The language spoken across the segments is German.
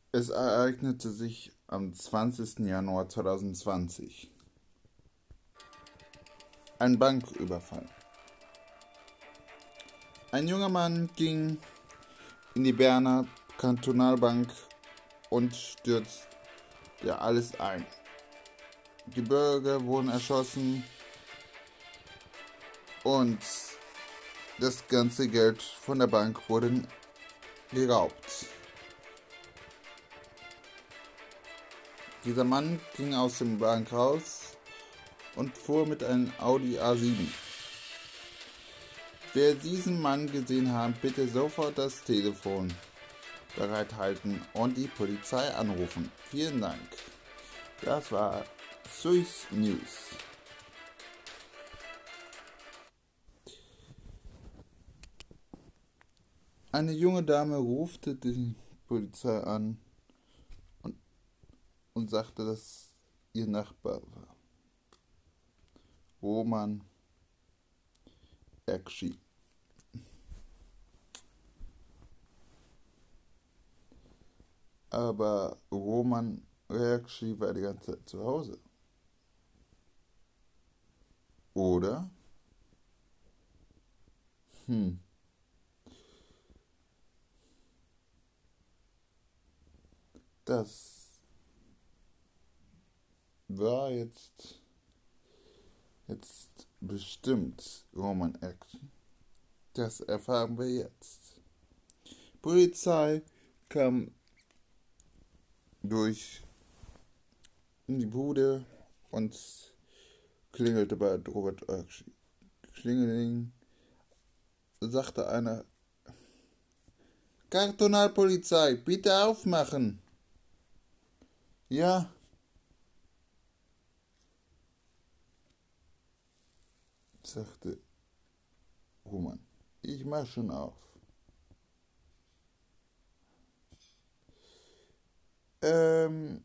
Es ereignete sich am 20. Januar 2020. Ein Banküberfall. Ein junger Mann ging in die Berner Kantonalbank und stürzte alles ein. Die Bürger wurden erschossen und das ganze Geld von der Bank wurde geraubt. Dieser Mann ging aus dem Bank raus und fuhr mit einem Audi A7. Wer diesen Mann gesehen hat, bitte sofort das Telefon bereithalten und die Polizei anrufen. Vielen Dank. Das war Swiss News. Eine junge Dame rufte die Polizei an und sagte, dass ihr Nachbar war. Roman Erkschi. Aber Roman Erkschi war die ganze Zeit zu Hause. Oder? Das war jetzt bestimmt Roman Erkschi. Das erfahren wir jetzt. Polizei kam durch in die Bude und klingelte bei Robert Erkschi. Klingeling, sagte einer: Kantonalpolizei, bitte aufmachen. Ja, sagte Roman. Ich mach schon auf. Ähm,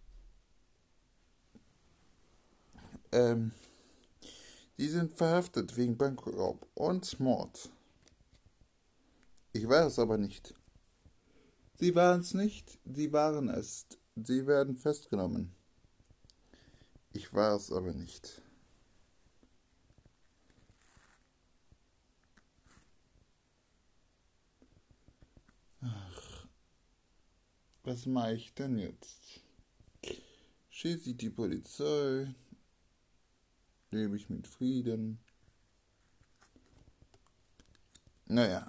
Sie sind verhaftet wegen Bankraub und Mord. Ich war es aber nicht. Sie waren es nicht, Sie waren es. Sie werden festgenommen. Ich war es aber nicht. Was mache ich denn jetzt? Schießt die Polizei? Lebe ich mit Frieden? Naja,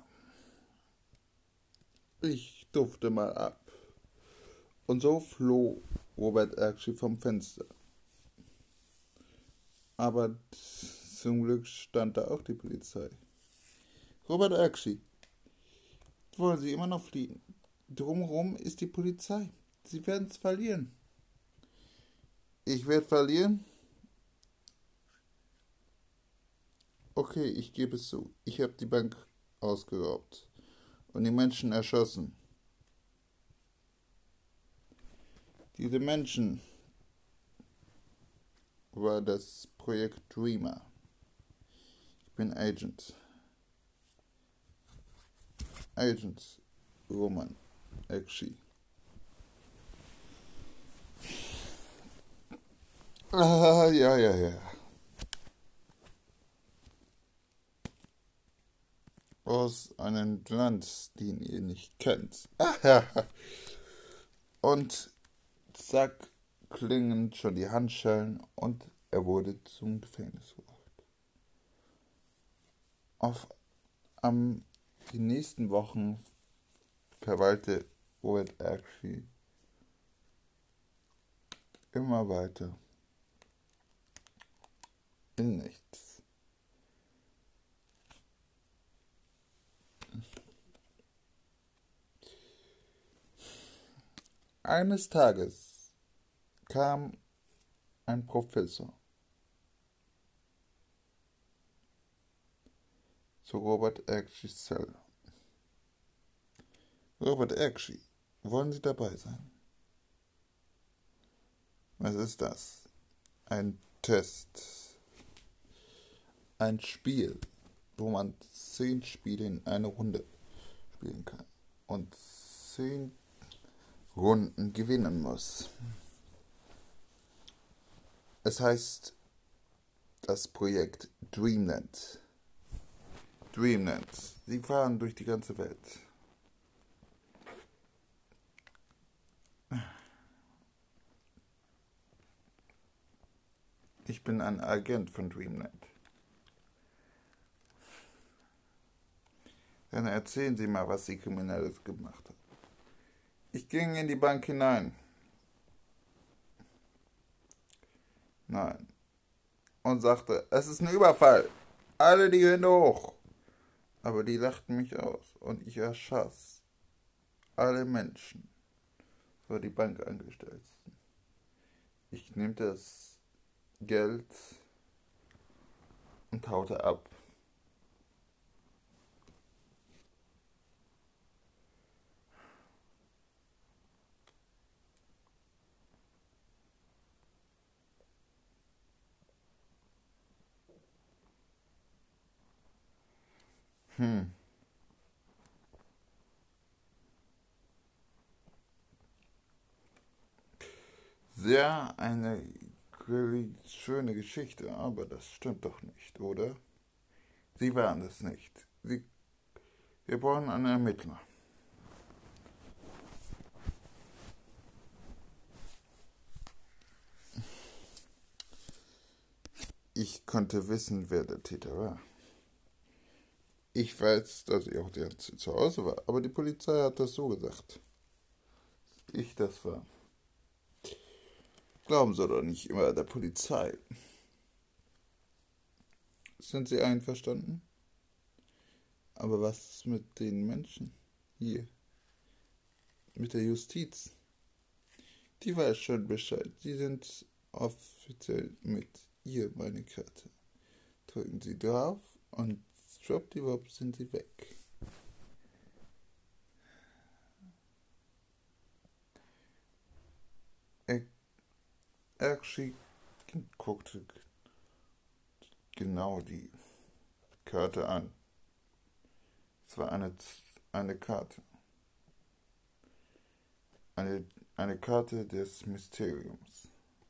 ich durfte mal ab. Und so floh Robert Erkschi vom Fenster. Aber zum Glück stand da auch die Polizei. Robert Erkschi, wollen Sie immer noch fliehen? Drumherum ist die Polizei. Sie werden es verlieren. Ich werde verlieren? Okay, ich gebe es zu. Ich habe die Bank ausgeraubt und die Menschen erschossen. Diese Menschen war das Projekt Dreamer. Ich bin Agent. Agent Roman Erkschi. Ja. Aus einem Land, den ihr nicht kennt. Und zack, klingen schon die Handschellen und er wurde zum Gefängnis gebracht. Die nächsten Wochen verweilte Robert Erkschi immer weiter in nichts. Eines Tages kam ein Professor zu Robert Erkschis Zelle. Robert Erkschi, wollen Sie dabei sein? Was ist das? Ein Test. Ein Spiel, wo man 10 Spiele in einer Runde spielen kann. Und 10 Runden gewinnen muss. Es heißt das Projekt Dreamland. Dreamland. Sie fahren durch die ganze Welt. Ich bin ein Agent von Dreamland. Dann erzählen Sie mal, was Sie Kriminelles gemacht haben. Ich ging in die Bank hinein. Nein. Und sagte, es ist ein Überfall. Alle die Hände hoch. Aber die lachten mich aus und ich erschoss alle Menschen, so die Bankangestellten. Ich nahm das Geld und haute ab. Sehr eine schöne Geschichte, aber das stimmt doch nicht, oder? Sie waren es nicht. Wir brauchen einen Ermittler. Ich konnte wissen, wer der Täter war. Ich weiß, dass ich auch zu Hause war, aber die Polizei hat das so gesagt. Ich das war. Glauben Sie doch nicht immer der Polizei. Sind Sie einverstanden? Aber was ist mit den Menschen hier? Mit der Justiz? Die weiß schon Bescheid. Sie sind offiziell mit. Hier meine Karte. Drücken Sie drauf und schwuppdiwupp sind Sie weg. Erkschi guckte genau die Karte an. Es war eine Karte. Eine Karte des Mysteriums.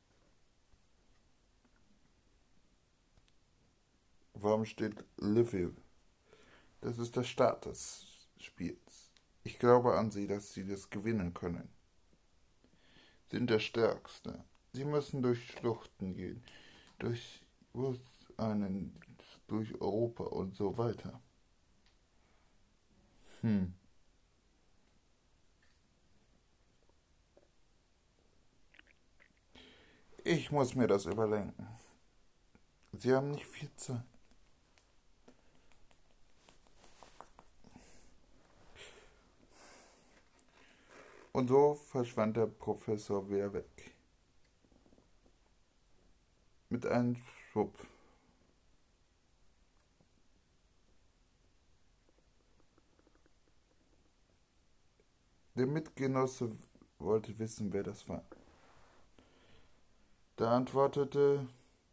Warum steht Liviu? Das ist der Start des Spiels. Ich glaube an Sie, dass Sie das gewinnen können. Sie sind der Stärkste. Sie müssen durch Schluchten gehen, durch Europa und so weiter. Ich muss mir das überdenken. Sie haben nicht viel Zeit. Und so verschwand der Professor wieder weg. Mit einem Schwupp. Der Mitgenosse wollte wissen, wer das war. Da antwortete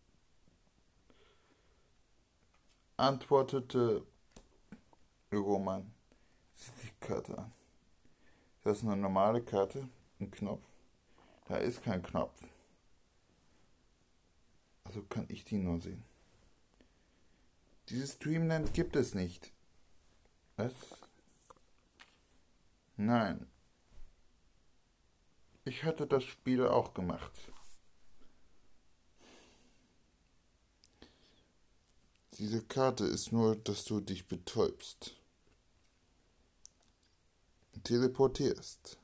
Roman, sieh die Karte an. Das ist eine normale Karte, ein Knopf. Da ist kein Knopf. Also kann ich die nur sehen. Dieses Dreamland gibt es nicht. Was? Nein. Ich hatte das Spiel auch gemacht. Diese Karte ist nur, dass du dich betäubst. Teleportierst.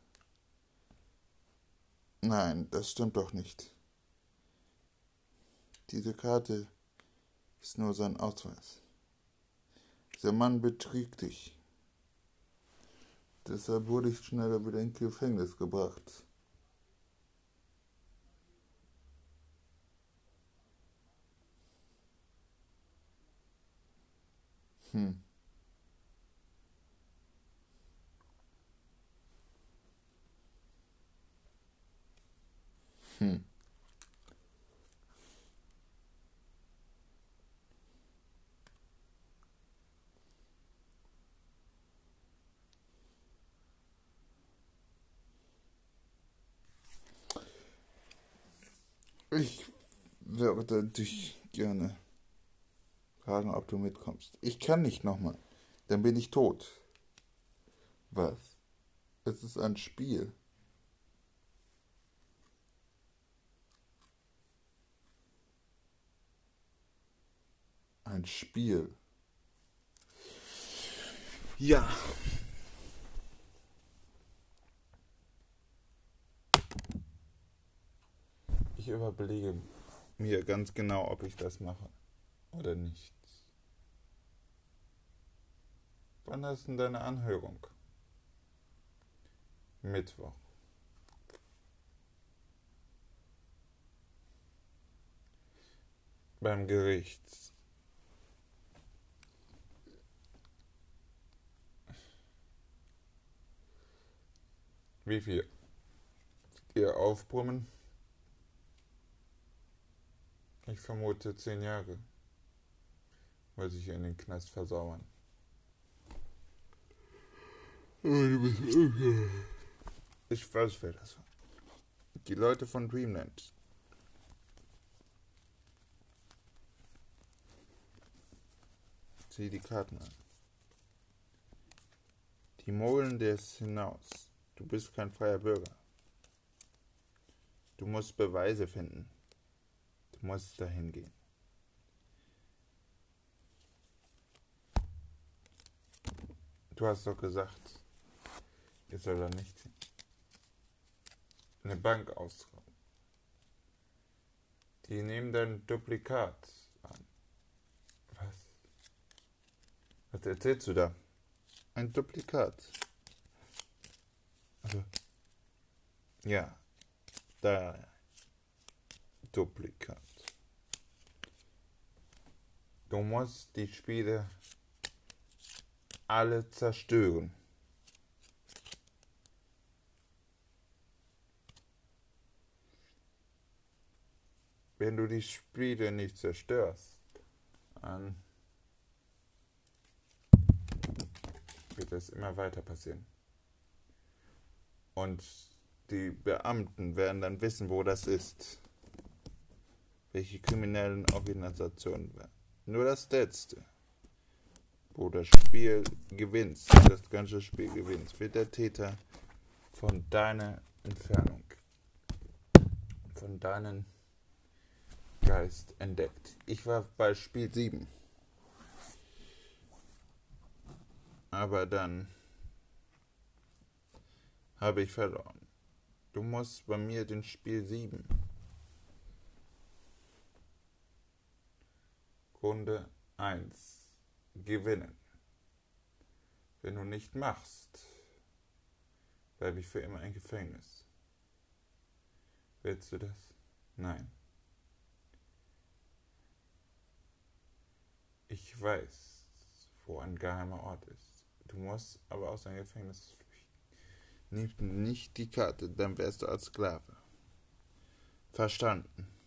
Nein, das stimmt doch nicht. Diese Karte ist nur sein Ausweis. Der Mann betrügt dich. Deshalb wurde ich schneller wieder ins Gefängnis gebracht. Hm. Hm. Ich würde dich gerne fragen, ob du mitkommst. Ich kann nicht nochmal. Dann bin ich tot. Was? Es ist ein Spiel. Ein Spiel. Ja. Ich überlege mir ganz genau, ob ich das mache oder nicht. Wann ist denn deine Anhörung? Mittwoch. Beim Gericht. Wie viel? Ihr aufbrummen? Ich vermute 10 Jahre. Weil sich in den Knast versauern. Ich weiß, wer das war. Die Leute von Dreamland. Zieh die Karten an. Die mogeln dir es hinaus. Du bist kein freier Bürger. Du musst Beweise finden. Du musst dahin gehen. Du hast doch gesagt, ihr soll da nicht eine Bank ausrauben. Die nehmen dein Duplikat an. Was? Was erzählst du da? Ein Duplikat. Also, ja, da. Duplikat. Du musst die Spiele alle zerstören. Wenn du die Spiele nicht zerstörst, dann wird es immer weiter passieren. Und die Beamten werden dann wissen, wo das ist. Welche kriminellen Organisationen werden. Nur das Letzte, wo das Spiel gewinnst, das ganze Spiel gewinnst, wird der Täter von deiner Entfernung, von deinem Geist entdeckt. Ich war bei Spiel 7. Aber dann habe ich verloren. Du musst bei mir den Spiel 7. Runde 1 gewinnen. Wenn du nicht machst, bleibe ich für immer im Gefängnis. Willst du das? Nein. Ich weiß, wo ein geheimer Ort ist. Du musst aber aus deinem Gefängnis flüchten. Nimm nicht die Karte, dann wärst du als Sklave. Verstanden?